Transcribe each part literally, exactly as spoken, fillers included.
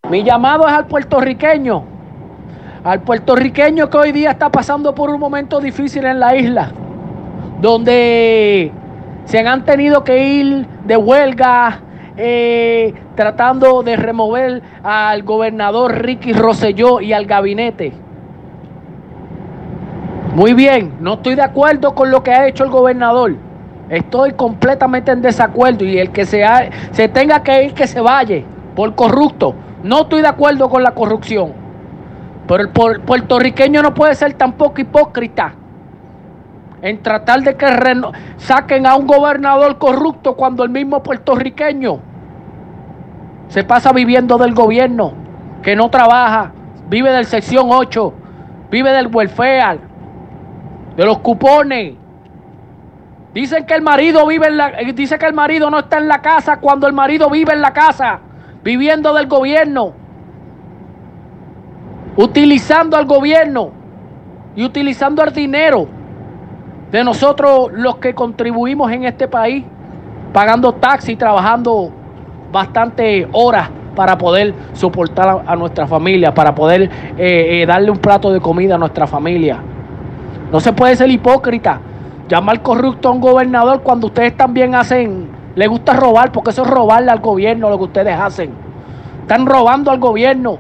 Mi llamado es al puertorriqueño, al puertorriqueño que hoy día está pasando por un momento difícil en la isla, donde se han tenido que ir de huelga, eh, tratando de remover al gobernador Ricky Rosselló y al gabinete. Muy bien, no estoy de acuerdo con lo que ha hecho el gobernador. Estoy completamente en desacuerdo, y el que se, ha, se tenga que ir, que se vaya por corrupto. No estoy de acuerdo con la corrupción, pero el puertorriqueño no puede ser tampoco hipócrita en tratar de que reno- saquen a un gobernador corrupto cuando el mismo puertorriqueño se pasa viviendo del gobierno, que no trabaja, vive del sección ocho, vive del welfare, de los cupones. Dicen que el marido vive en la, dice que el marido no está en la casa cuando el marido vive en la casa, viviendo del gobierno, utilizando al gobierno y utilizando el dinero de nosotros los que contribuimos en este país, pagando taxi, trabajando bastantes horas para poder soportar a, a nuestra familia, para poder eh, eh, darle un plato de comida a nuestra familia. No se puede ser hipócrita, llamar corrupto a un gobernador cuando ustedes también hacen, les gusta robar, porque eso es robarle al gobierno lo que ustedes hacen. Están robando al gobierno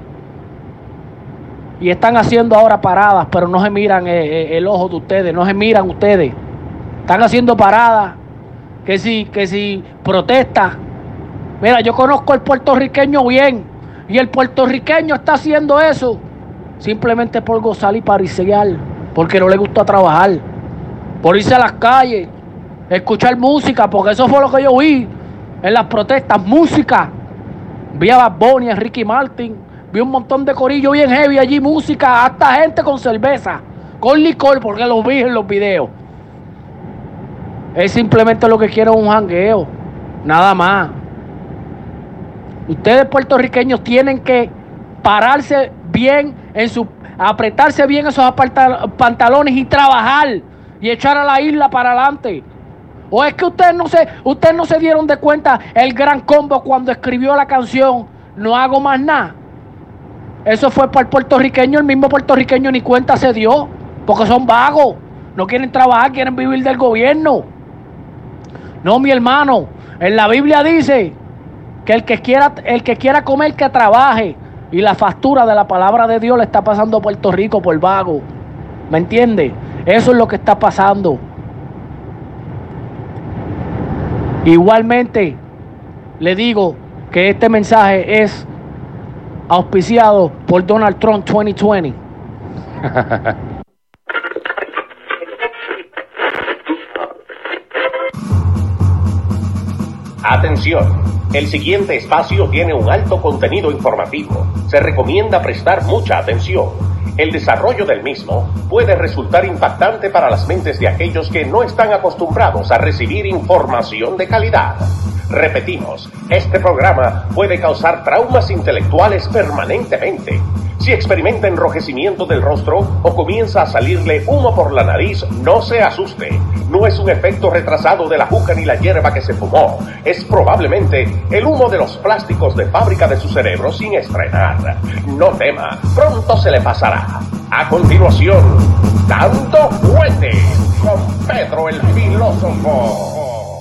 y están haciendo ahora paradas, pero no se miran eh, eh, el ojo de ustedes, no se miran ustedes. Están haciendo paradas, que si, que si protesta. Mira, yo conozco al puertorriqueño bien, y el puertorriqueño está haciendo eso simplemente por gozar y parisear, porque no le gusta trabajar, por irse a las calles, escuchar música, porque eso fue lo que yo vi en las protestas, música. Vi a Bad Bunny, a Ricky Martin, vi un montón de corillo bien heavy allí, música, hasta gente con cerveza, con licor, porque los vi en los videos. Es simplemente lo que quiero, un jangueo, nada más. Ustedes puertorriqueños tienen que pararse bien en su, apretarse bien esos aparta, pantalones y trabajar y echar a la isla para adelante. ¿O es que ustedes no se, ustedes no se dieron de cuenta el Gran Combo cuando escribió la canción No Hago Más Nada? Eso fue para el puertorriqueño, el mismo puertorriqueño ni cuenta se dio, porque son vagos, no quieren trabajar, quieren vivir del gobierno. No, mi hermano, en la Biblia dice que el que quiera, el que quiera comer, que trabaje, y la factura de la palabra de Dios le está pasando a Puerto Rico por vago. ¿Me entiende? Eso es lo que está pasando. Igualmente, le digo que este mensaje es auspiciado por Donald Trump veinte veinte. Atención, el siguiente espacio tiene un alto contenido informativo. Se recomienda prestar mucha atención. El desarrollo del mismo puede resultar impactante para las mentes de aquellos que no están acostumbrados a recibir información de calidad. Repetimos, este programa puede causar traumas intelectuales permanentemente. Si experimenta enrojecimiento del rostro o comienza a salirle humo por la nariz, no se asuste. No es un efecto retrasado de la juca ni la hierba que se fumó. Es probablemente el humo de los plásticos de fábrica de su cerebro sin estrenar. No tema, pronto se le pasará. A continuación, Dando Fuerte con Pedro el Filósofo.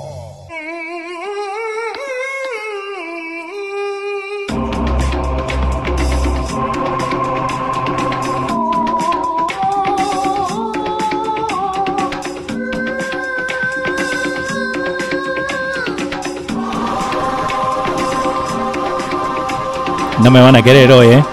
No me van a querer hoy, ¿eh?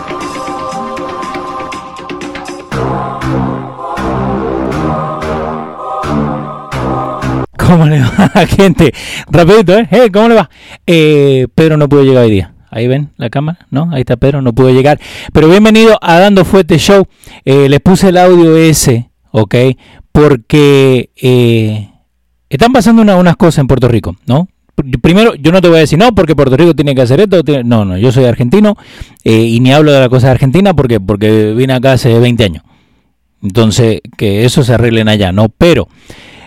¿Cómo le va, gente? Rapidito, ¿eh? Hey, ¿cómo le va? Eh, Pedro no pudo llegar hoy día. Ahí ven la cámara, ¿no? Ahí está Pedro, no pudo llegar. Pero bienvenido a Dando Fuerte Show. Eh, les puse el audio ese, ¿ok? Porque eh, están pasando una, unas cosas en Puerto Rico, ¿no? Primero, yo no te voy a decir no, porque Puerto Rico tiene que hacer esto. Tiene... No, no, yo soy argentino eh, y ni hablo de la cosa de Argentina porque, porque vine acá hace veinte años. Entonces, que eso se arreglen allá, ¿no? Pero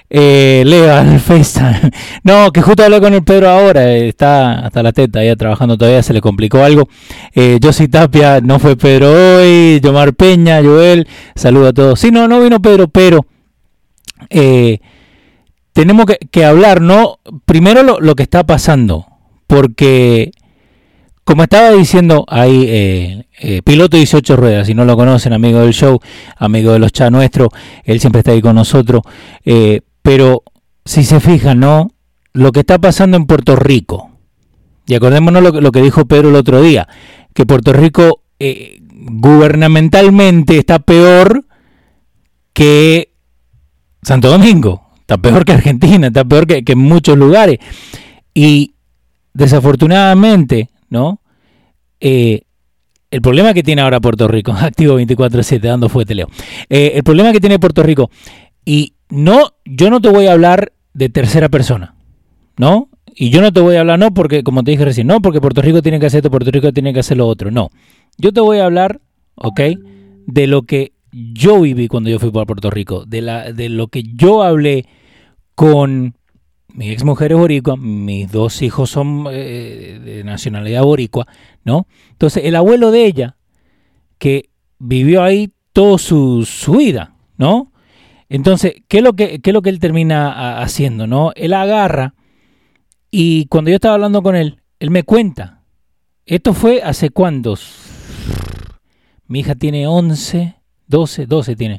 Eh, Leo al FaceTime. No, que justo hablé con el Pedro ahora. eh, Está hasta la teta ahí trabajando todavía. Se le complicó algo. Eh, Josie Tapia, no fue Pedro hoy. Yomar Peña, Joel. Saludo a todos. Sí, no, no vino Pedro, pero eh, tenemos que, que hablar, ¿no? Primero lo, lo que está pasando. Porque, como estaba diciendo ahí, eh, eh, Piloto dieciocho Ruedas, si no lo conocen, amigo del show, amigo de los chats nuestros, él siempre está ahí con nosotros. Eh, pero si se fijan, ¿no? Lo que está pasando en Puerto Rico, y acordémonos lo, lo que dijo Pedro el otro día, que Puerto Rico eh, gubernamentalmente está peor que Santo Domingo, está peor que Argentina, está peor que, que en muchos lugares. Y desafortunadamente, ¿no? Eh, el problema que tiene ahora Puerto Rico, activo veinticuatro siete, dando fuerte, Leo. Eh, el problema que tiene Puerto Rico, y no, yo no te voy a hablar de tercera persona, ¿no? Y yo no te voy a hablar, no, porque, como te dije recién, no, porque Puerto Rico tiene que hacer esto, Puerto Rico tiene que hacer lo otro, no. Yo te voy a hablar, ¿ok? De lo que yo viví cuando yo fui para Puerto Rico, de, la, de lo que yo hablé con mi ex mujer es boricua, mis dos hijos son eh, de nacionalidad boricua, ¿no? Entonces, el abuelo de ella, que vivió ahí toda su, su vida, ¿no? Entonces, ¿qué es lo que, qué es lo que él termina a, haciendo, no? Él agarra, y cuando yo estaba hablando con él, él me cuenta, esto fue hace cuántos, mi hija tiene once, doce, doce tiene,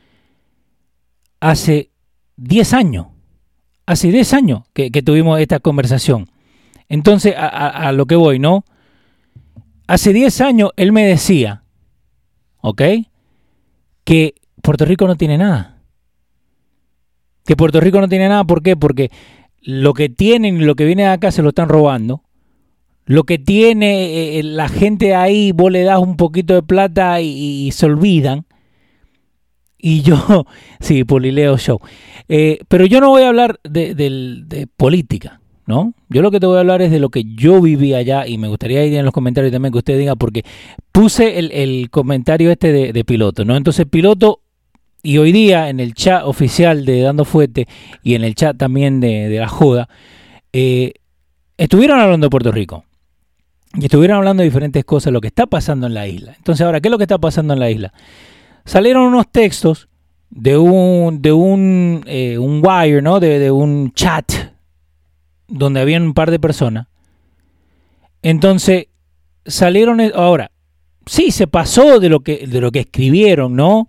hace diez años, hace diez años que, que tuvimos esta conversación. Entonces, a, a, a lo que voy, ¿no? Hace diez años él me decía, ¿ok? Que Puerto Rico no tiene nada. Que Puerto Rico no tiene nada, ¿por qué? Porque lo que tienen y lo que viene de acá se lo están robando. Lo que tiene eh, la gente ahí, vos le das un poquito de plata y, y se olvidan. Y yo, sí, Polileo Show. Eh, pero yo no voy a hablar de, de, de política, ¿no? Yo lo que te voy a hablar es de lo que yo viví allá, y me gustaría ir en los comentarios también que usted diga, porque puse el, el comentario este de, de Piloto, ¿no? Entonces, Piloto, y hoy día en el chat oficial de Dando Fuete y en el chat también de, de La Joda, eh, estuvieron hablando de Puerto Rico. Y estuvieron hablando de diferentes cosas, lo que está pasando en la isla. Entonces, ahora, ¿qué es lo que está pasando en la isla? Salieron unos textos de un de un, eh, un wire, ¿no? De, de un chat donde había un par de personas. Entonces, salieron ahora. Sí, se pasó de lo que de lo que escribieron, ¿no?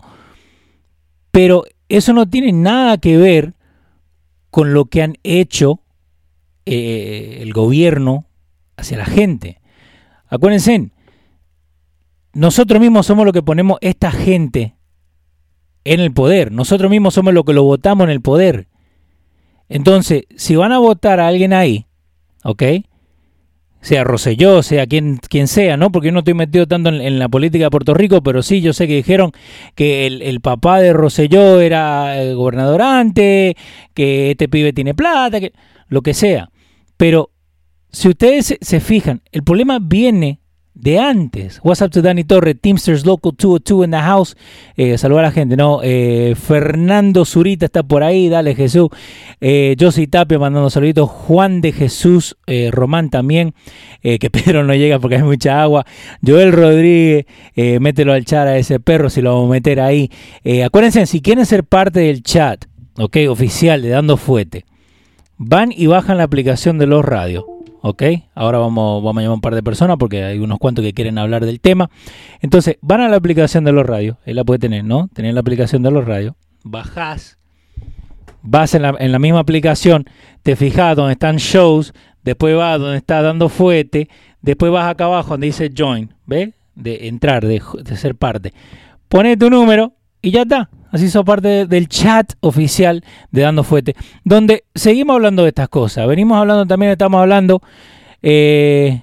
Pero eso no tiene nada que ver con lo que han hecho eh, el gobierno hacia la gente. Acuérdense, nosotros mismos somos los que ponemos esta gente en el poder. Nosotros mismos somos los que lo votamos en el poder. Entonces, si van a votar a alguien ahí, ¿ok? Sea Rosselló, sea quien, quien sea, ¿no? Porque yo no estoy metido tanto en, en la política de Puerto Rico, pero sí, yo sé que dijeron que el, el papá de Rosselló era el gobernador antes, que este pibe tiene plata, que lo que sea. Pero si ustedes se, se fijan, el problema viene de antes. What's up to Danny Torres, Teamsters Local doscientos dos in the house. Eh, saludar a la gente, ¿no? Eh, Fernando Zurita está por ahí, dale Jesús. Eh, Josie Tapia mandando saluditos. Juan de Jesús eh, Román también. Eh, que Pedro no llega porque hay mucha agua. Joel Rodríguez, eh, mételo al chat a ese perro si lo vamos a meter ahí. Eh, acuérdense, si quieren ser parte del chat, ok, oficial de Dando Fuete, van y bajan la aplicación de Los Radios. Ok, ahora vamos, vamos a llamar a un par de personas porque hay unos cuantos que quieren hablar del tema. Entonces, van a la aplicación de Los Radios, él la puede tener, ¿no? Tener la aplicación de Los Radios, bajás, vas en la, en la misma aplicación, te fijas donde están shows, después vas donde está Dando Fuete, después vas acá abajo donde dice join, ¿ves? De entrar, de, de ser parte. Pones tu número y ya está. Así sos parte de, del chat oficial de Dando Fuete, donde seguimos hablando de estas cosas. Venimos hablando también, estamos hablando... Eh,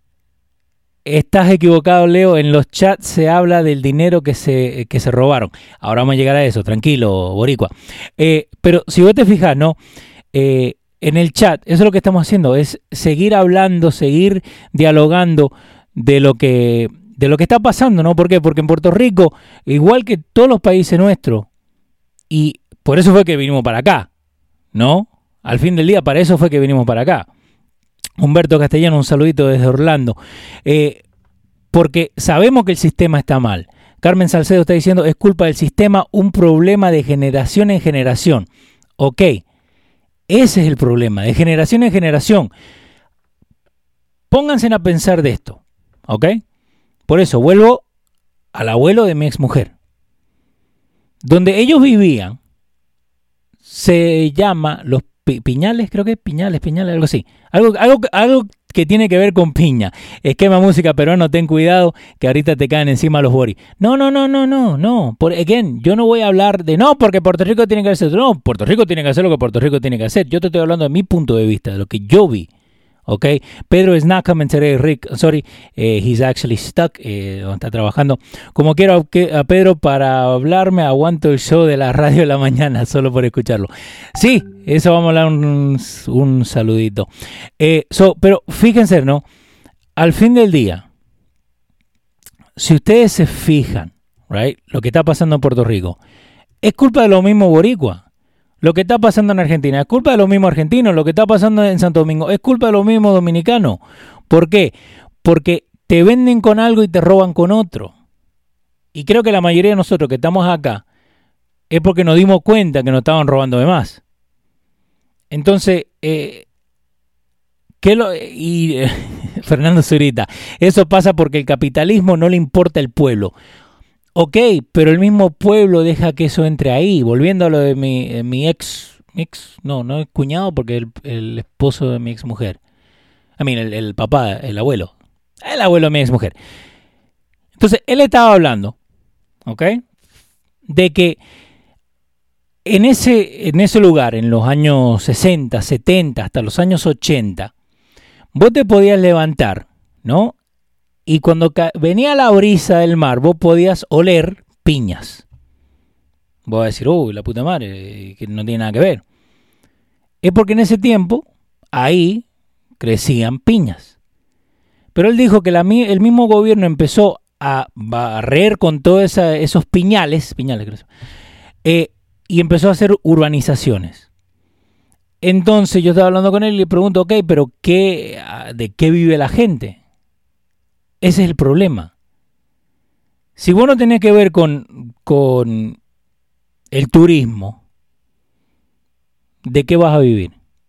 estás equivocado, Leo. En los chats se habla del dinero que se, que se robaron. Ahora vamos a llegar a eso, tranquilo, boricua. Eh, pero si vos te fijas, ¿no? Eh, en el chat, eso es lo que estamos haciendo, es seguir hablando, seguir dialogando de lo que... de lo que está pasando, ¿no? ¿Por qué? Porque en Puerto Rico, igual que todos los países nuestros, y por eso fue que vinimos para acá, ¿no? Al fin del día, para eso fue que vinimos para acá. Humberto Castellano, un saludito desde Orlando. Eh, porque sabemos que el sistema está mal. Carmen Salcedo está diciendo, es culpa del sistema, un problema de generación en generación. Ok, ese es el problema, de generación en generación. Pónganse a pensar de esto, ¿ok? Por eso, vuelvo al abuelo de mi exmujer. Donde ellos vivían, se llama los pi- piñales, creo que es piñales, piñales, algo así. Algo, algo, algo que tiene que ver con piña. Esquema música peruano, ten cuidado que ahorita te caen encima los boris. No, no, no, no, no, no. Por, again, yo no voy a hablar de no, porque Puerto Rico tiene que hacer. No, Puerto Rico tiene que hacer lo que Puerto Rico tiene que hacer. Yo te estoy hablando de mi punto de vista, de lo que yo vi. Ok, Pedro is not coming today, Rick. Sorry, eh, he's actually stuck, eh, donde está trabajando. Como quiero a, a Pedro para hablarme, aguanto el show de la radio de la mañana solo por escucharlo. Sí, eso vamos a hablar un, un saludito. Eh, so, pero fíjense, ¿no? Al fin del día, si ustedes se fijan, right, lo que está pasando en Puerto Rico, es culpa de lo mismo boricua. Lo que está pasando en Argentina es culpa de los mismos argentinos. Lo que está pasando en Santo Domingo es culpa de los mismos dominicanos. ¿Por qué? Porque te venden con algo y te roban con otro. Y creo que la mayoría de nosotros que estamos acá es porque nos dimos cuenta que nos estaban robando de más. Entonces, eh, ¿qué lo, y eh, Fernando Zurita, eso pasa porque el capitalismo no le importa el pueblo. Ok, pero el mismo pueblo deja que eso entre ahí. Volviendo a lo de mi, eh, mi ex, mi ex, no, no es cuñado porque el, el esposo de mi ex mujer. I mean, el, el papá, el abuelo. El abuelo de mi ex mujer. Entonces, él estaba hablando, ok, de que en ese, en ese lugar, en los años sesenta, setenta, hasta los años ochenta, vos te podías levantar, ¿no? Y cuando venía la brisa del mar, vos podías oler piñas. Vos vas a decir, uy, la puta madre, que no tiene nada que ver. Es porque en ese tiempo, ahí crecían piñas. Pero él dijo que la, el mismo gobierno empezó a barrer con todos esa, esos piñales, piñales creo, eh, y empezó a hacer urbanizaciones. Entonces yo estaba hablando con él y le pregunto, ok, pero ¿qué, ¿de qué vive la gente? Ese es el problema. Si vos no tenés que ver con, con el turismo, ¿de qué vas a vivir?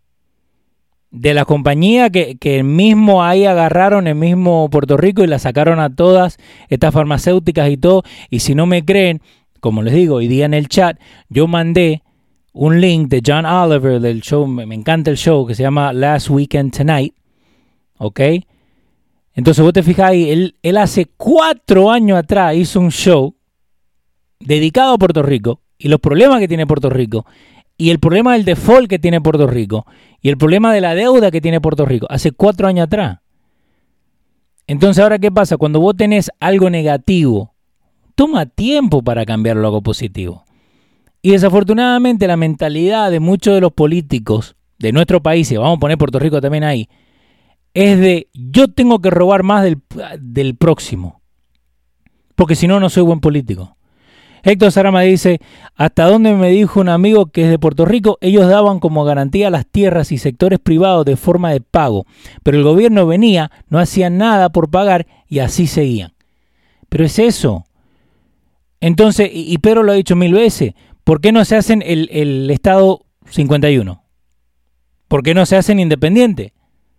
De la compañía que, que mismo ahí agarraron el mismo Puerto Rico y la sacaron a todas estas farmacéuticas y todo. Y si no me creen, como les digo, hoy día en el chat, yo mandé un link de John Oliver del show, me, me encanta el show, que se llama Last Weekend Tonight. ¿Ok? Entonces vos te fijáis, él, él hace cuatro años atrás hizo un show dedicado a Puerto Rico y los problemas que tiene Puerto Rico y el problema del default que tiene Puerto Rico y el problema de la deuda que tiene Puerto Rico hace cuatro años atrás. Entonces ahora ¿qué pasa? Cuando vos tenés algo negativo, toma tiempo para cambiarlo a algo positivo. Y desafortunadamente la mentalidad de muchos de los políticos de nuestro país, y vamos a poner Puerto Rico también ahí, es de yo tengo que robar más del, del próximo, porque si no, no soy buen político. Héctor Sarama dice, hasta donde me dijo un amigo que es de Puerto Rico, ellos daban como garantía las tierras y sectores privados de forma de pago, pero el gobierno venía, no hacían nada por pagar y así seguían. Pero es eso. Entonces, y, y Pedro lo ha dicho mil veces, ¿por qué no se hacen el, el Estado cincuenta y uno? ¿Por qué no se hacen independientes?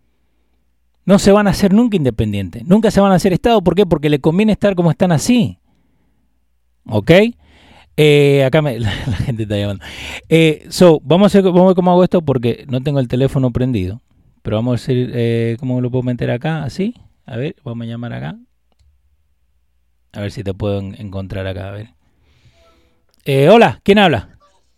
No se van a hacer nunca independientes. Nunca se van a hacer Estado. ¿Por qué? Porque le conviene estar como están así. ¿Ok? Eh, acá me, la, la gente está llamando. Eh, so, vamos a, ver, vamos a ver cómo hago esto porque no tengo el teléfono prendido. Pero vamos a ver eh, cómo lo puedo meter acá. Así. A ver, vamos a llamar acá. A ver si te puedo encontrar acá. A ver. Eh, hola, ¿quién habla?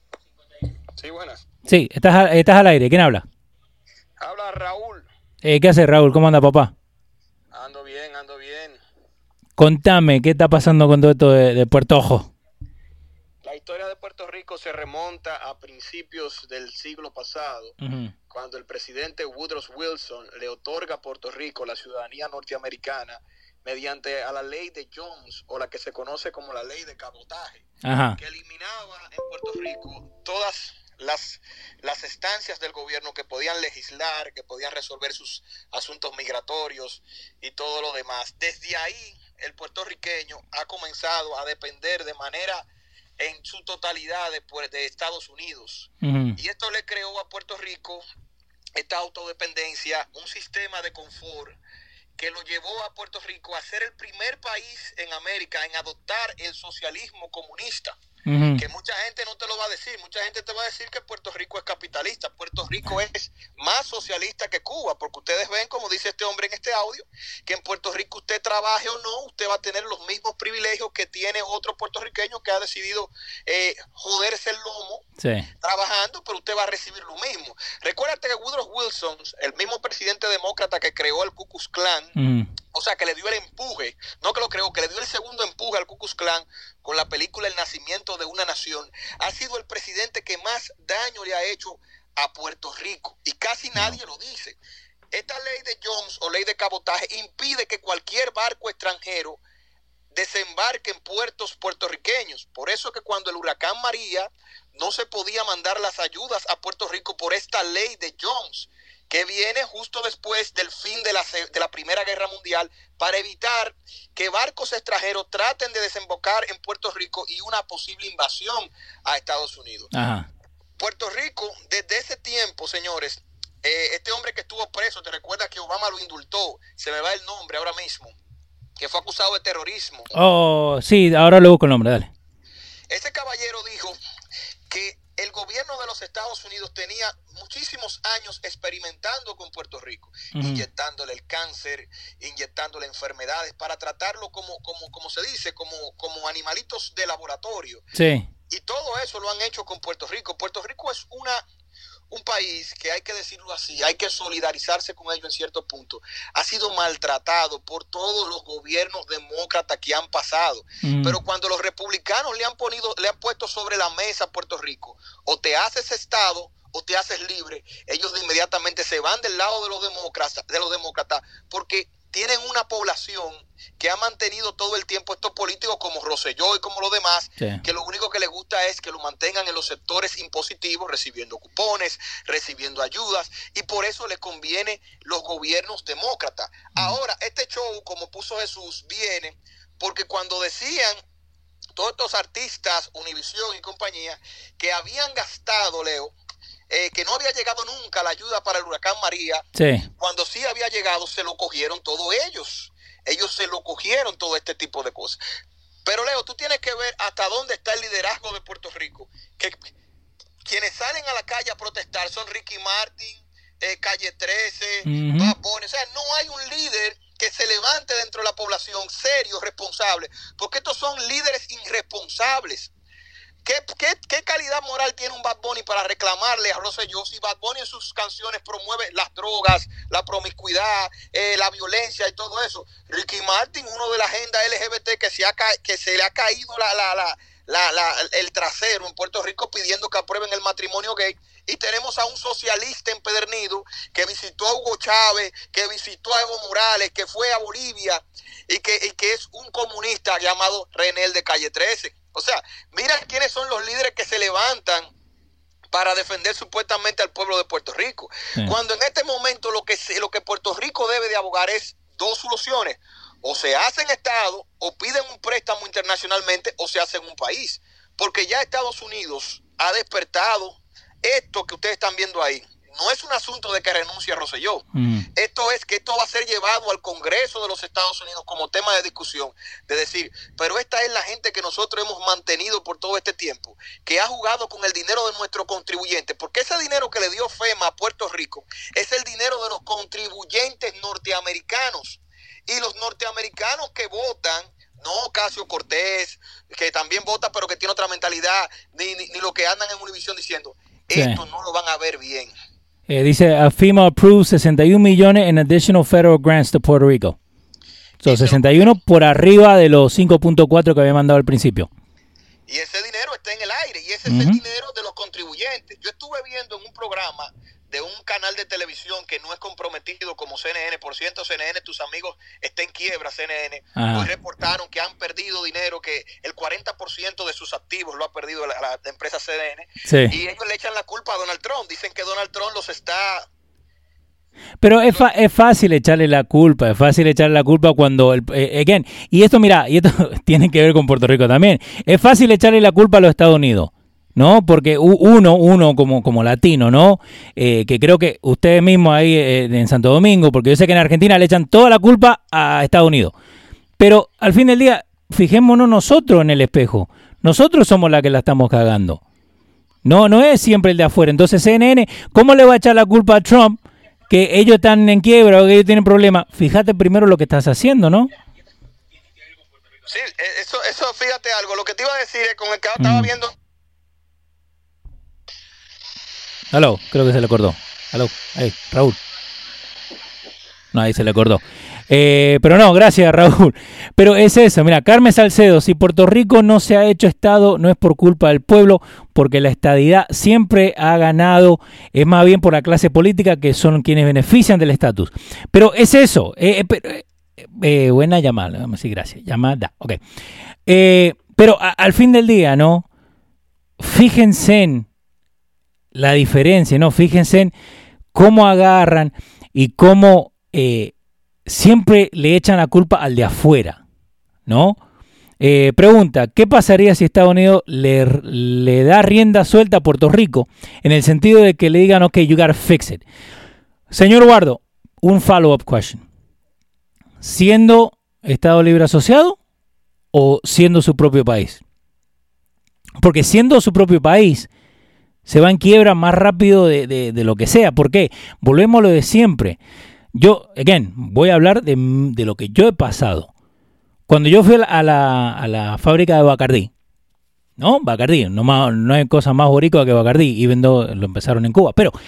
Sí, buenas. Sí, estás, estás al aire. ¿Quién habla? Habla Raúl. Eh, ¿Qué haces, Raúl? ¿Cómo anda, papá? Ando bien, ando bien. Contame, ¿qué está pasando con todo esto de, de Puerto Ojo? La historia de Puerto Rico se remonta a principios del siglo pasado, uh-huh. cuando el presidente Woodrow Wilson le otorga a Puerto Rico la ciudadanía norteamericana mediante a la ley de Jones, o la que se conoce como la ley de cabotaje, Ajá. que eliminaba en Puerto Rico todas las, las estancias del gobierno que podían legislar, que podían resolver sus asuntos migratorios y todo lo demás. Desde ahí, el puertorriqueño ha comenzado a depender de manera en su totalidad de, de Estados Unidos. Uh-huh. Y esto le creó a Puerto Rico esta autodependencia, un sistema de confort que lo llevó a Puerto Rico a ser el primer país en América en adoptar el socialismo comunista. Uh-huh. Que mucha gente no te lo va a decir, mucha gente te va a decir que Puerto Rico es capitalista. Puerto Rico es más socialista que Cuba, porque ustedes ven, como dice este hombre en este audio, que en Puerto Rico usted trabaje o no, usted va a tener los mismos privilegios que tiene otro puertorriqueño que ha decidido eh, joderse el lomo sí. trabajando, pero usted va a recibir lo mismo. Recuérdate que Woodrow Wilson, el mismo presidente demócrata que creó el Ku Klux Klan, uh-huh. o sea, que le dio el empuje, no que lo creó, que le dio el segundo empuje al Ku Klux Klan con la película El Nacimiento de una Nación, ha sido el presidente que más daño le ha hecho a Puerto Rico, y casi nadie lo dice. Esta ley de Jones o ley de cabotaje impide que cualquier barco extranjero desembarque en puertos puertorriqueños. Por eso que cuando el huracán María no se podía mandar las ayudas a Puerto Rico por esta ley de Jones, que viene justo después del fin de la, de la Primera Guerra Mundial, para evitar que barcos extranjeros traten de desembocar en Puerto Rico y una posible invasión a Estados Unidos. Ajá. Puerto Rico, desde ese tiempo, señores, eh, este hombre que estuvo preso, te recuerdas que Obama lo indultó, se me va el nombre ahora mismo, que fue acusado de terrorismo. Oh, sí, ahora le busco el nombre, dale. Ese caballero dijo que el gobierno de los Estados Unidos tenía muchísimos años experimentando con Puerto Rico, uh-huh. inyectándole el cáncer, inyectándole enfermedades para tratarlo como, como, como se dice, como, como animalitos de laboratorio. Sí. Y todo eso lo han hecho con Puerto Rico. Puerto Rico es una... un país que, hay que decirlo así, hay que solidarizarse con ellos en cierto punto, ha sido maltratado por todos los gobiernos demócratas que han pasado. Mm. Pero cuando los republicanos le han, ponido, le han puesto sobre la mesa a Puerto Rico, o te haces Estado o te haces libre, ellos de inmediatamente se van del lado de los demócratas, de los demócratas, porque tienen una población que ha mantenido todo el tiempo estos políticos como Rosselló y como los demás, sí. que lo único que les gusta es que lo mantengan en los sectores impositivos, recibiendo cupones, recibiendo ayudas, y por eso les conviene los gobiernos demócratas. Mm. Ahora, este show, como puso Jesús, viene porque cuando decían todos estos artistas, Univisión y compañía, que habían gastado, Leo, Eh, que no había llegado nunca la ayuda para el huracán María, sí. cuando sí había llegado se lo cogieron todos ellos, ellos se lo cogieron todo este tipo de cosas. Pero Leo, tú tienes que ver hasta dónde está el liderazgo de Puerto Rico, que quienes salen a la calle a protestar son Ricky Martin, eh, Calle trece, uh-huh. Bad Bunny. O sea, no hay un líder que se levante dentro de la población serio, responsable, porque estos son líderes irresponsables. ¿Qué, qué, ¿Qué calidad moral tiene un Bad Bunny para reclamarle a Rosselló si Bad Bunny en sus canciones promueve las drogas, la promiscuidad, eh, la violencia y todo eso? Ricky Martin, uno de la agenda L G B T que se, ha, que se le ha caído la, la, la, la, la, el trasero en Puerto Rico pidiendo que aprueben el matrimonio gay. Y tenemos a un socialista empedernido que visitó a Hugo Chávez, que visitó a Evo Morales, que fue a Bolivia y que, y que es un comunista llamado René de Calle trece. O sea, mira quiénes son los líderes que se levantan para defender supuestamente al pueblo de Puerto Rico. Sí. Cuando en este momento lo que, se, lo que Puerto Rico debe de abogar es dos soluciones. O se hacen Estado, o piden un préstamo internacionalmente, o se hacen un país. Porque ya Estados Unidos ha despertado esto que ustedes están viendo ahí. No es un asunto de que renuncie a Rosselló. Mm. Esto es que esto va a ser llevado al Congreso de los Estados Unidos como tema de discusión. De decir, pero esta es la gente que nosotros hemos mantenido por todo este tiempo, que ha jugado con el dinero de nuestros contribuyentes. Porque ese dinero que le dio FEMA a Puerto Rico es el dinero de los contribuyentes norteamericanos. Y los norteamericanos que votan, no Ocasio Cortés, que también vota pero que tiene otra mentalidad, ni, ni, ni lo que andan en Univisión diciendo, sí. esto no lo van a ver bien. Eh, dice, a FEMA approved sesenta y un millones en additional federal grants to Puerto Rico. So, sesenta y uno por arriba de los cinco punto cuatro que había mandado al principio. Y ese dinero está en el aire, y ese uh-huh. es el dinero de los contribuyentes. Yo estuve viendo en un programa de un canal de televisión que no es comprometido como C N N, por ciento C N N, tus amigos está en quiebra, C N N, uh-huh. un reportaje quejaron que han perdido dinero, que el cuarenta por ciento de sus activos lo ha perdido la, la empresa C D N. Sí. Y ellos le echan la culpa a Donald Trump. Dicen que Donald Trump los está... Pero es, fa- es fácil echarle la culpa, es fácil echarle la culpa cuando, el, eh, again, y esto mira, y esto tiene que ver con Puerto Rico también, es fácil echarle la culpa a los Estados Unidos, ¿no? Porque uno, uno como, como latino, ¿no? Eh, que creo que ustedes mismos ahí eh, en Santo Domingo, porque yo sé que en Argentina le echan toda la culpa a Estados Unidos, pero al fin del día, fijémonos nosotros en el espejo, nosotros somos la que la estamos cagando, no, no es siempre el de afuera. Entonces C N N, ¿cómo le va a echar la culpa a Trump? Que ellos están en quiebra o que ellos tienen problemas. Fíjate primero lo que estás haciendo, ¿no? Sí, eso, eso fíjate algo. Lo que te iba a decir es con el que estaba mm. viendo... Aló, creo que se le acordó. Aló, ahí, Raúl. No, ahí se le acordó. Eh, pero no, gracias Raúl. Pero es eso, mira, Carmen Salcedo, si Puerto Rico no se ha hecho Estado, no es por culpa del pueblo, porque la estadidad siempre ha ganado, es más bien por la clase política que son quienes benefician del estatus. Pero es eso, eh, eh, eh, buena llamada, vamos a decir gracias, llamada, ok. Eh, pero a, al fin del día, ¿no? Fíjense en la diferencia, ¿no? Fíjense en cómo agarran y cómo... Eh, siempre le echan la culpa al de afuera, ¿no? Eh, pregunta, ¿qué pasaría si Estados Unidos le, le da rienda suelta a Puerto Rico en el sentido de que le digan, ok, you gotta fix it? Señor Guardo, un follow-up question. ¿Siendo Estado Libre Asociado o siendo su propio país? Porque siendo su propio país se va en quiebra más rápido de, de, de lo que sea. ¿Por qué? Volvemos a lo de siempre. Yo, again, voy a hablar de, de lo que yo he pasado. Cuando yo fui a la, a la fábrica de Bacardí, ¿no? Bacardí, no, más, no hay cosa más boricua que Bacardí, even though lo empezaron en Cuba. Pero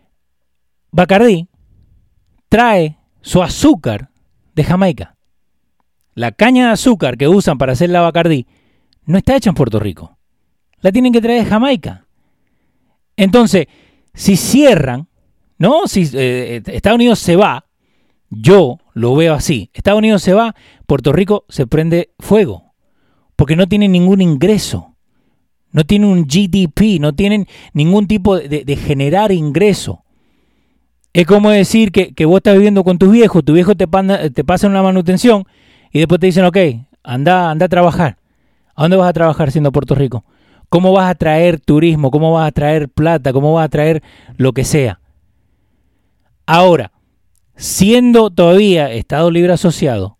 Bacardí trae su azúcar de Jamaica. La caña de azúcar que usan para hacer la Bacardí no está hecha en Puerto Rico. La tienen que traer de Jamaica. Entonces, si cierran, ¿no? Si eh, Estados Unidos se va, yo lo veo así. Estados Unidos se va, Puerto Rico se prende fuego. Porque no tienen ningún ingreso. No tienen un G D P, no tienen ningún tipo de, de generar ingreso. Es como decir que, que vos estás viviendo con tus viejos, tu viejo te, panda, te pasa una manutención y después te dicen, ok, anda, anda a trabajar. ¿A dónde vas a trabajar siendo Puerto Rico? ¿Cómo vas a traer turismo? ¿Cómo vas a traer plata? ¿Cómo vas a traer lo que sea? Ahora, siendo todavía Estado Libre Asociado,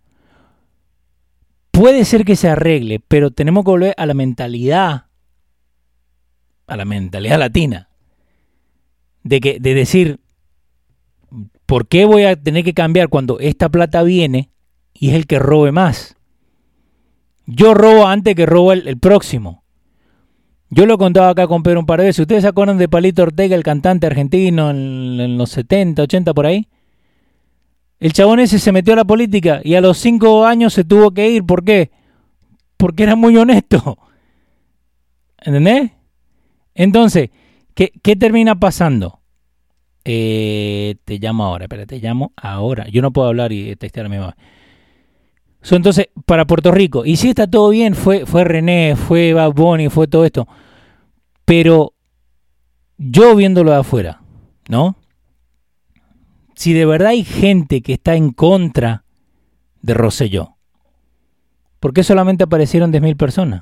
puede ser que se arregle, pero tenemos que volver a la mentalidad, a la mentalidad latina, de, que, de decir, ¿por qué voy a tener que cambiar cuando esta plata viene y es el que robe más? Yo robo antes que robo el, el próximo. Yo lo he contado acá con Pedro un par de veces. ¿Ustedes se acuerdan de Palito Ortega, el cantante argentino en, en los setenta, ochenta por ahí? El chabón ese se metió a la política y a los cinco años se tuvo que ir. ¿Por qué? Porque era muy honesto. ¿Entendés? Entonces, ¿qué, qué termina pasando? Eh, te llamo ahora, espera, te llamo ahora. Yo no puedo hablar y textear a mi mamá. So, entonces, para Puerto Rico, y sí está todo bien, fue, fue René, fue Bad Bunny, fue todo esto, pero yo viéndolo de afuera, ¿no? Si de verdad hay gente que está en contra de Rosselló, ¿por qué solamente aparecieron diez mil personas?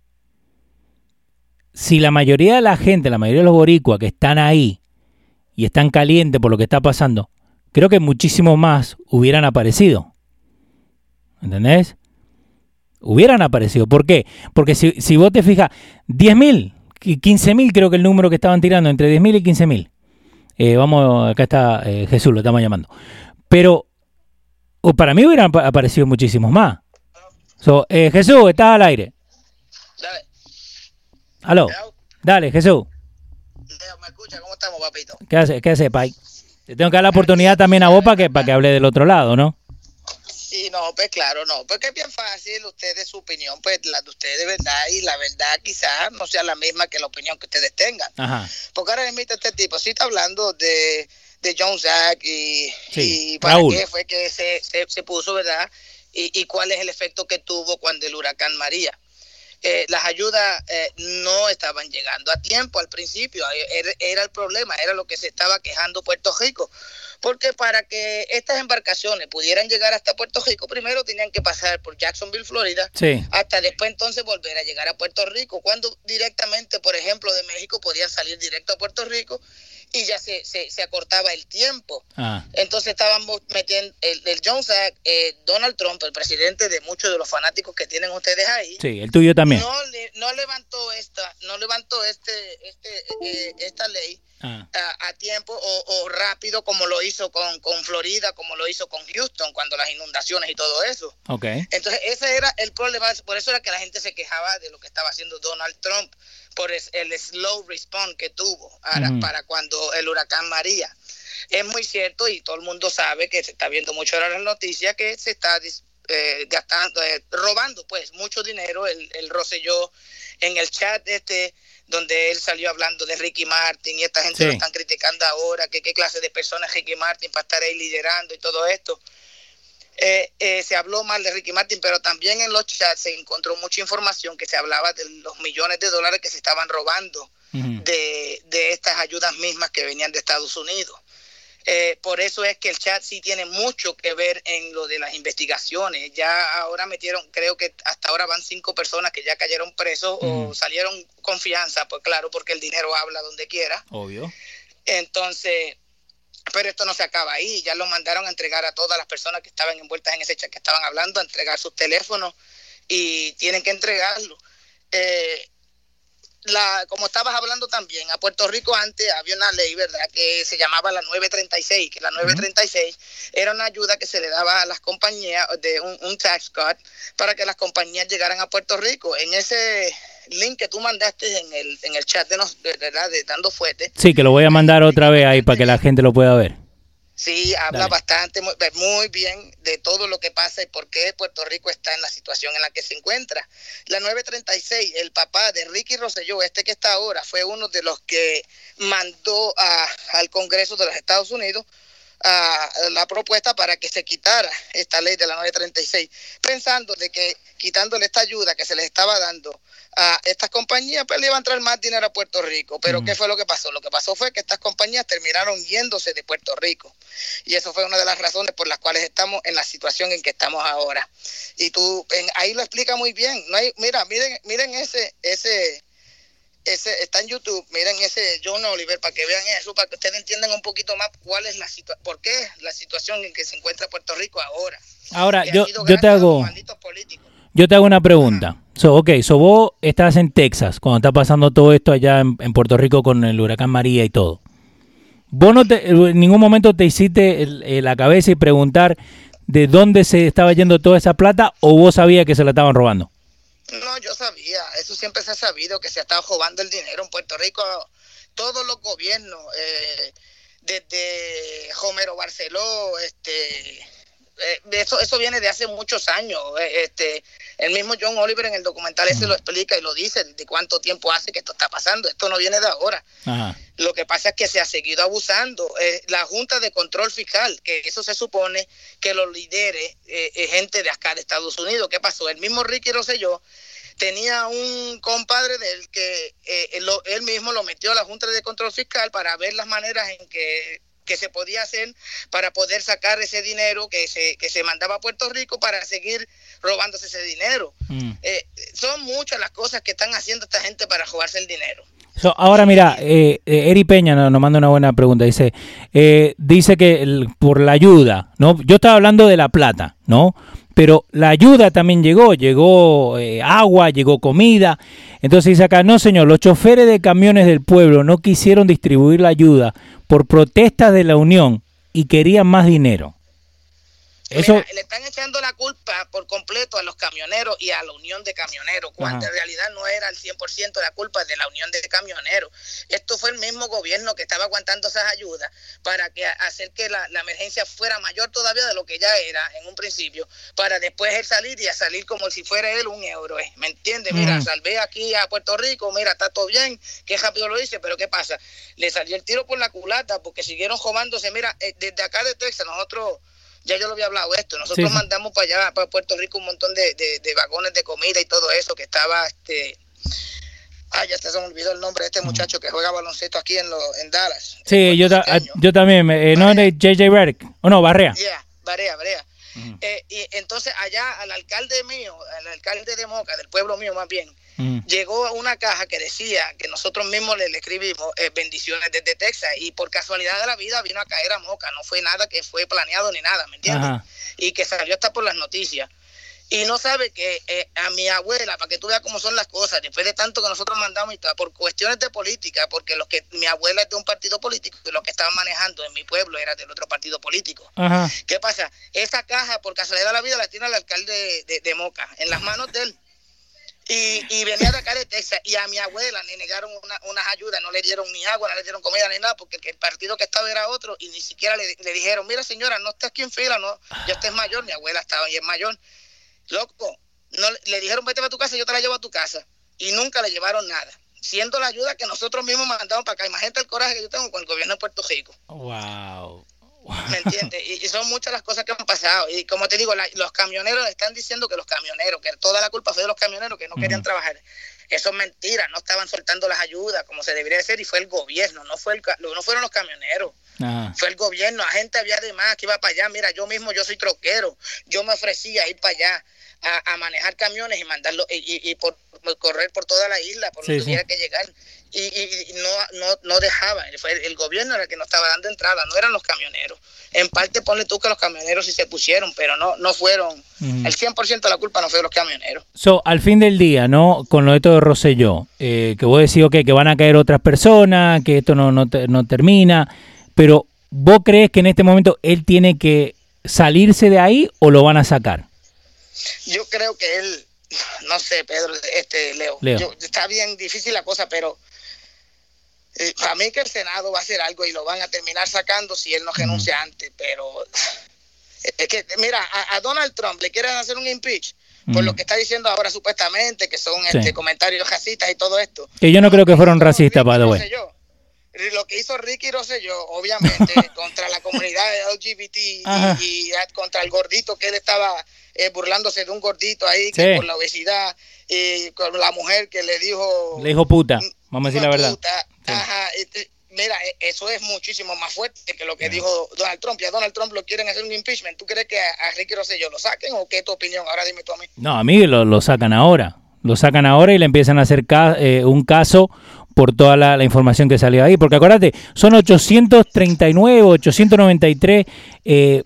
Si la mayoría de la gente, la mayoría de los boricuas que están ahí y están calientes por lo que está pasando, creo que muchísimo más hubieran aparecido. ¿Entendés? Hubieran aparecido. ¿Por qué? Porque si, si vos te fijas, diez mil, quince mil creo que el número que estaban tirando, entre diez mil y quince mil. Eh, vamos, acá está eh, Jesús, lo estamos llamando. Pero o para mí hubieran aparecido muchísimos más. So, eh, Jesús, estás al aire. Dale. Aló. Dale, Jesús. Leo, ¿me escucha? ¿Cómo estamos, papito? ¿Qué hace, qué hace, Pai? Te tengo que dar la oportunidad también a vos para que, para que hable del otro lado, ¿no? Sí, no, pues claro, no, porque es bien fácil, ustedes, su opinión, pues la de ustedes, ¿verdad? Y la verdad quizás no sea la misma que la opinión que ustedes tengan. Ajá. Porque ahora mismo este tipo, sí está hablando de, de Jones Act y, sí, y para Raúl. qué fue que se, se, se puso, ¿verdad? y, y cuál es el efecto que tuvo cuando el huracán María. Eh, las ayudas eh, no estaban llegando a tiempo al principio, era, era el problema, era lo que se estaba quejando Puerto Rico, porque para que estas embarcaciones pudieran llegar hasta Puerto Rico, primero tenían que pasar por Jacksonville, Florida, sí. hasta después entonces volver a llegar a Puerto Rico, cuando directamente, por ejemplo, de México podían salir directo a Puerto Rico, y ya se, se, se acortaba el tiempo. Ah. Entonces estaban metiendo el, el Jones Act, eh, Donald Trump, el presidente de muchos de los fanáticos que tienen ustedes ahí. Sí, el tuyo también. No, le, no levantó esta, no levantó este, este, eh, esta ley ah. a, a tiempo o, o rápido como lo hizo con, con Florida, como lo hizo con Houston, cuando las inundaciones y todo eso. Okay. Entonces ese era el problema, por eso era que la gente se quejaba de lo que estaba haciendo Donald Trump, por el, el slow response que tuvo para, uh-huh. para cuando el huracán María. Es muy cierto y todo el mundo sabe que se está viendo mucho ahora en las noticias que se está eh, gastando, eh, robando pues mucho dinero. El, el Rosselló en el chat este donde él salió hablando de Ricky Martin y esta gente sí. lo están criticando ahora, que qué clase de persona es Ricky Martin para estar ahí liderando y todo esto. Eh, eh, se habló mal de Ricky Martin, pero también en los chats se encontró mucha información que se hablaba de los millones de dólares que se estaban robando uh-huh. de, de estas ayudas mismas que venían de Estados Unidos. Eh, por eso es que el chat sí tiene mucho que ver en lo de las investigaciones. Ya ahora metieron, creo que hasta ahora van cinco personas que ya cayeron presos uh-huh. o salieron con fianza, pues claro, porque el dinero habla donde quiera. Obvio. Entonces... pero esto no se acaba ahí, ya lo mandaron a entregar a todas las personas que estaban envueltas en ese chat que estaban hablando, a entregar sus teléfonos y tienen que entregarlo. Eh, la, como estabas hablando también, a Puerto Rico antes había una ley, ¿verdad?, que se llamaba la nueve treinta y seis, que la nueve treinta y seis uh-huh. era una ayuda que se le daba a las compañías, de un, un tax cut, para que las compañías llegaran a Puerto Rico. En ese link que tú mandaste en el en el chat de, nos, de, ¿verdad? de Dando Fuete. Sí, que lo voy a mandar otra vez ahí para que la gente lo pueda ver. Sí, habla Dale. bastante, muy, muy bien de todo lo que pasa y por qué Puerto Rico está en la situación en la que se encuentra. La nueve treinta y seis, el papá de Ricky Rosselló, este que está ahora, fue uno de los que mandó a, al Congreso de los Estados Unidos a la propuesta para que se quitara esta ley de la nueve treinta y seis, pensando de que quitándole esta ayuda que se les estaba dando a estas compañías, pues le iba a entrar más dinero a Puerto Rico. Pero mm. ¿qué fue lo que pasó? Lo que pasó fue que estas compañías terminaron yéndose de Puerto Rico. Y eso fue una de las razones por las cuales estamos en la situación en que estamos ahora. Y tú en, ahí lo explica muy bien. No hay, mira, miren, miren ese, ese, ese, está en YouTube, miren ese John Oliver para que vean eso, para que ustedes entiendan un poquito más cuál es la situación, por qué la situación en que se encuentra Puerto Rico ahora. Ahora, yo, yo te hago... Yo te hago una pregunta. So, ok, so vos estás en Texas cuando está pasando todo esto allá en, en Puerto Rico con el huracán María y todo. ¿Vos no te, en ningún momento te hiciste el, el, la cabeza y preguntar de dónde se estaba yendo toda esa plata o vos sabías que se la estaban robando? No, yo sabía. Eso siempre se ha sabido, que se estaba robando el dinero en Puerto Rico. Todos los gobiernos, eh, desde Homero Barceló, este... Eso, eso viene de hace muchos años. Este, el mismo John Oliver en el documental ese lo explica y lo dice de cuánto tiempo hace que esto está pasando. Esto no viene de ahora. Ajá. Lo que pasa es que se ha seguido abusando. Eh, la Junta de Control Fiscal, que eso se supone que lo lidere eh, gente de acá de Estados Unidos. ¿Qué pasó? El mismo Ricky Rosselló tenía un compadre de él que eh, lo, él mismo lo metió a la Junta de Control Fiscal para ver las maneras en que que se podía hacer para poder sacar ese dinero que se que se mandaba a Puerto Rico para seguir robándose ese dinero. Mm. Eh, son muchas las cosas que están haciendo esta gente para robarse el dinero. So, ahora mira, eh, eh, Eri Peña nos, nos manda una buena pregunta. Dice, eh, dice que el, por la ayuda, ¿no? Yo estaba hablando de la plata, ¿no? Pero la ayuda también llegó, llegó eh, agua, llegó comida. Entonces dice acá, no señor, los choferes de camiones del pueblo no quisieron distribuir la ayuda por protestas de la Unión y querían más dinero. Eso... Mira, le están echando la culpa por completo a los camioneros y a la Unión de Camioneros, cuando Ajá. en realidad no era el cien por ciento la culpa de la Unión de Camioneros. Esto fue el mismo gobierno que estaba aguantando esas ayudas para que hacer que la, la emergencia fuera mayor todavía de lo que ya era en un principio, para después él salir y a salir como si fuera él un héroe, ¿me entiendes? Mira, mm. salvé aquí a Puerto Rico, mira, está todo bien, qué rápido lo hice, pero ¿qué pasa? Le salió el tiro por la culata porque siguieron robándose. Mira, desde acá de Texas nosotros Ya yo lo había hablado esto. Nosotros sí. mandamos para allá, para Puerto Rico, un montón de, de, de vagones de comida y todo eso que estaba, este... Ah, ya se me olvidó el nombre de este muchacho que juega baloncesto aquí en, lo, en Dallas. Sí, yo, ta, yo también. Eh, ¿No es de J J Redick? ¿O no, Barea? Yeah, Barea, Barea. Uh-huh. Eh, y entonces allá al alcalde mío, al alcalde de Moca, del pueblo mío más bien, uh-huh. llegó a una caja que decía que nosotros mismos le, le escribimos eh, bendiciones desde Texas, y por casualidad de la vida vino a caer a Moca. No fue nada que fue planeado ni nada, ¿me entiendes? Uh-huh. Y que salió hasta por las noticias. Y no sabe que eh, a mi abuela, para que tú veas cómo son las cosas, después de tanto que nosotros mandamos y todo, por cuestiones de política, porque los que mi abuela es de un partido político y los que estaban manejando en mi pueblo era del otro partido político. Ajá. ¿Qué pasa? Esa caja, por casualidad de la vida, la tiene el alcalde de, de, de Moca, en las manos de él. Y, y venía de acá de Texas, y a mi abuela le negaron una, unas ayudas, no le dieron ni agua, no le dieron comida ni nada, porque el partido que estaba era otro, y ni siquiera le, le dijeron, mira señora, no estés aquí en fila, no, ya usted es mayor, mi abuela estaba y es mayor. Loco, no, le dijeron vete a tu casa y yo te la llevo a tu casa, y nunca le llevaron nada, siendo la ayuda que nosotros mismos mandamos para acá. Imagínate el coraje que yo tengo con el gobierno de Puerto Rico. Wow. ¿Me entiendes? Y, y son muchas las cosas que han pasado, y como te digo, la, los camioneros están diciendo que los camioneros, que toda la culpa fue de los camioneros que no uh-huh. querían trabajar. Eso es mentira, no estaban soltando las ayudas como se debería hacer, y fue el gobierno, no fue el, no fueron los camioneros. Ajá. Fue el gobierno. La gente había de más que iba para allá. Mira, yo mismo, yo soy troquero, yo me ofrecía a ir para allá a, a manejar camiones y mandarlo y, y, y por, por correr por toda la isla por donde sí, tuviera sí. que llegar, y, y, y no, no, no dejaba. Fue el, el gobierno era el que nos estaba dando entrada, no eran los camioneros. En parte ponle tú que los camioneros sí se pusieron, pero no, no fueron, uh-huh. el cien por ciento de la culpa no fue de los camioneros. So, al fin del día, ¿no? Con lo de todo Rosselló, eh, que vos decís, ok, que van a caer otras personas, que esto no, no, te, no termina, pero ¿vos crees que en este momento él tiene que salirse de ahí o lo van a sacar? Yo creo que él, no sé, Pedro, este Leo, Leo. Yo, está bien difícil la cosa, pero eh, para mí que el Senado va a hacer algo y lo van a terminar sacando si él no renuncia uh-huh. antes, pero es que, mira, a, a Donald Trump le quieren hacer un impeach uh-huh. por lo que está diciendo ahora supuestamente, que son sí. este, comentarios racistas y todo esto. Que yo no creo que fueron racistas, by the way. Lo que hizo Ricky Rosselló, obviamente, contra la comunidad L G B T y, y contra el gordito, que él estaba eh, burlándose de un gordito ahí que sí. por la obesidad, y con la mujer que le dijo... Le dijo puta, vamos a decir la verdad. Puta. Sí. Ajá, este, mira, eso es muchísimo más fuerte que lo que yeah. dijo Donald Trump. Y a Donald Trump lo quieren hacer un impeachment. ¿Tú crees que a, a Ricky Rosselló lo saquen o qué es tu opinión? Ahora dime tú a mí. No, a mí lo, lo sacan ahora. Lo sacan ahora y le empiezan a hacer ca- eh, un caso por toda la, la información que salió ahí. Porque acuérdate, son ochocientos treinta y nueve, ochocientos noventa y tres eh,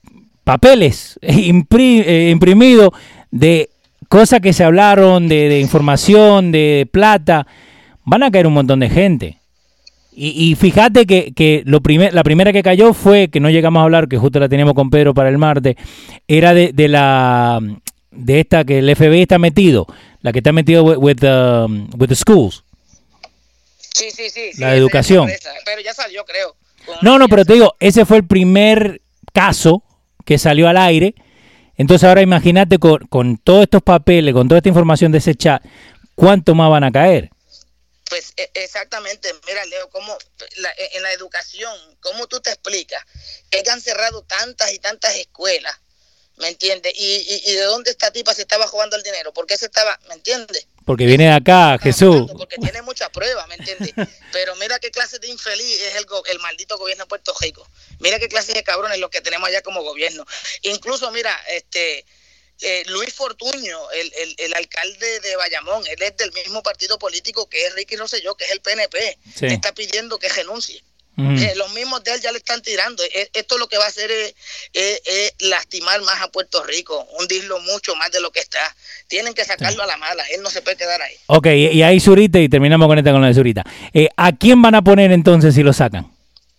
papeles impri- eh, imprimidos de cosas que se hablaron, de, de información, de plata. Van a caer un montón de gente. Y, y fíjate que, que lo primer, la primera que cayó fue, que no llegamos a hablar, que justo la teníamos con Pedro para el martes, era de, de la... de esta que el F B I está metido, la que está metido with, with, um, with the schools. Sí, sí, sí. La sí, de educación. Esa, pero ya salió, creo. No, no, pero te digo, ese fue el primer caso que salió al aire. Entonces ahora imagínate con, con todos estos papeles, con toda esta información de ese chat, ¿cuánto más van a caer? Pues exactamente, mira Leo, cómo la, en la educación, ¿cómo tú te explicas que han cerrado tantas y tantas escuelas? ¿Me entiendes? ¿Y, y, y de dónde esta tipa se estaba jugando el dinero? ¿Por qué se estaba, me entiendes? Porque viene de acá, Jesús. Porque tiene muchas pruebas, ¿me entiendes? Pero mira qué clase de infeliz es el, el maldito gobierno de Puerto Rico. Mira qué clase de cabrones los que tenemos allá como gobierno. Incluso, mira, este eh, Luis Fortuño, el, el, el alcalde de Bayamón, él es del mismo partido político que es Ricky Rosselló, que es el P N P. Sí. Le está pidiendo que renuncie. Mm. Eh, los mismos de él ya le están tirando. Eh, esto lo que va a hacer es, es, es lastimar más a Puerto Rico, hundirlo mucho más de lo que está. Tienen que sacarlo sí. a la mala, él no se puede quedar ahí. Ok, y ahí Zurita, y terminamos con esta con la de Zurita. Eh, ¿A quién van a poner entonces si lo sacan?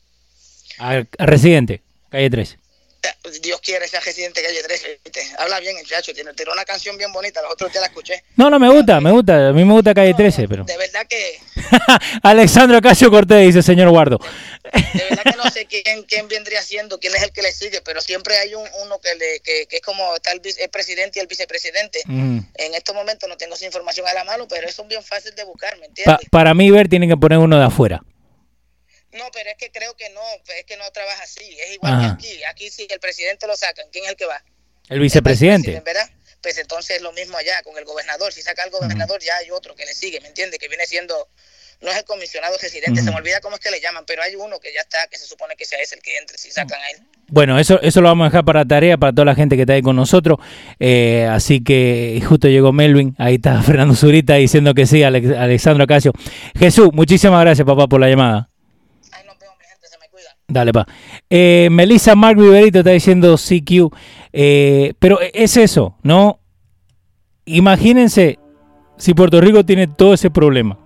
A, a Residente, calle trece. Dios quiere sea Residente calle trece. ¿Viste? Habla bien el chacho, tiene, tiene una canción bien bonita, los otros ya la escuché. No, no, me gusta, me gusta, a mí me gusta calle trece, pero... De verdad que... Alexandro Casio Cortés dice, señor Guardo. De, de verdad que no sé quién, quién vendría siendo, quién es el que le sigue, pero siempre hay un, uno que, le, que, que es como está el, el presidente y el vicepresidente. Mm. En estos momentos no tengo esa información a la mano, pero eso es bien fácil de buscar, ¿me entiendes? Pa, para mí ver, tienen que poner uno de afuera. No, pero es que creo que no, es que no trabaja así. Es igual Ajá. que aquí. Aquí si el presidente lo sacan, ¿quién es el que va? El vicepresidente. El ¿verdad? Pues entonces es lo mismo allá con el gobernador. Si saca al gobernador, uh-huh. ya hay otro que le sigue, ¿me entiende? Que viene siendo, no es el comisionado residente, uh-huh. se me olvida cómo es que le llaman, pero hay uno que ya está, que se supone que sea ese el que entre si sacan a él. Bueno, eso eso lo vamos a dejar para tarea, para toda la gente que está ahí con nosotros. Eh, así que justo llegó Melvin, ahí está Fernando Zurita diciendo que sí, Alex, Alexandro Acacio. Jesús, muchísimas gracias, papá, por la llamada. Ay, nos vemos, mi gente, se me cuida. Dale, pa. Eh, Melissa Mark Viverito está diciendo C Q, eh, pero es eso, ¿no? Imagínense si Puerto Rico tiene todo ese problema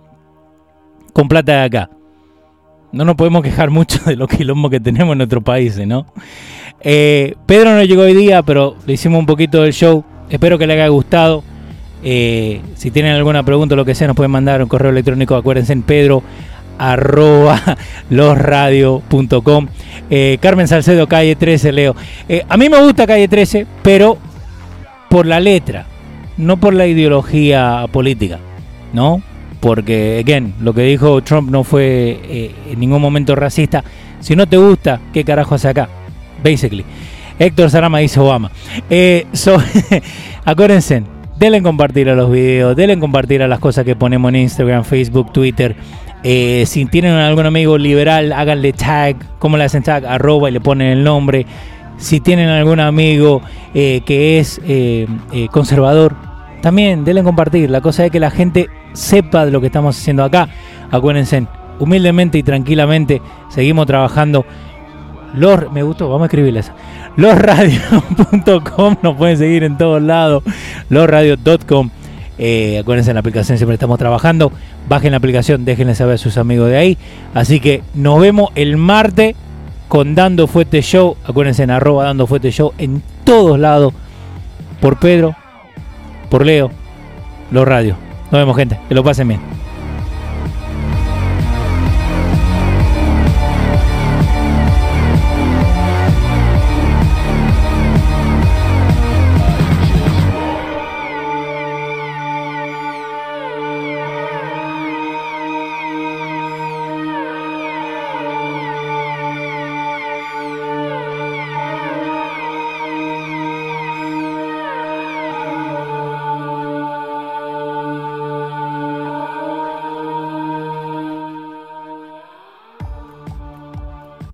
con plata de acá. No nos podemos quejar mucho de los quilombos que tenemos en nuestros países, ¿no? Eh, Pedro no llegó hoy día, pero le hicimos un poquito del show. Espero que le haya gustado. Eh, si tienen alguna pregunta o lo que sea, nos pueden mandar un correo electrónico. Acuérdense en pedro arroba losradio punto com. Eh, Carmen Salcedo, calle trece, Leo. Eh, a mí me gusta calle trece, pero por la letra, no por la ideología política, ¿no? Porque, again, lo que dijo Trump no fue eh, en ningún momento racista. Si no te gusta, ¿qué carajo hace acá? Basically. Héctor Sarama dice Obama. Eh, so, acuérdense, denle compartir a los videos, denle compartir a las cosas que ponemos en Instagram, Facebook, Twitter. Eh, si tienen algún amigo liberal, háganle tag. ¿Cómo le hacen tag? Arroba y le ponen el nombre. Si tienen algún amigo eh, que es eh, eh, conservador, también denle compartir. La cosa es que la gente sepa de lo que estamos haciendo acá. Acuérdense, humildemente y tranquilamente seguimos trabajando. Los, me gustó, vamos a escribirle eso. losradio punto com, nos pueden seguir en todos lados. losradio punto com. Eh, acuérdense, en la aplicación siempre estamos trabajando. Bajen la aplicación, déjenle saber a sus amigos de ahí. Así que nos vemos el martes con Dando Fuerte Show. Acuérdense en arroba Dando Fuerte Show en todos lados. Por Pedro, por Leo, Los Radio. Nos vemos, gente. Que lo pasen bien.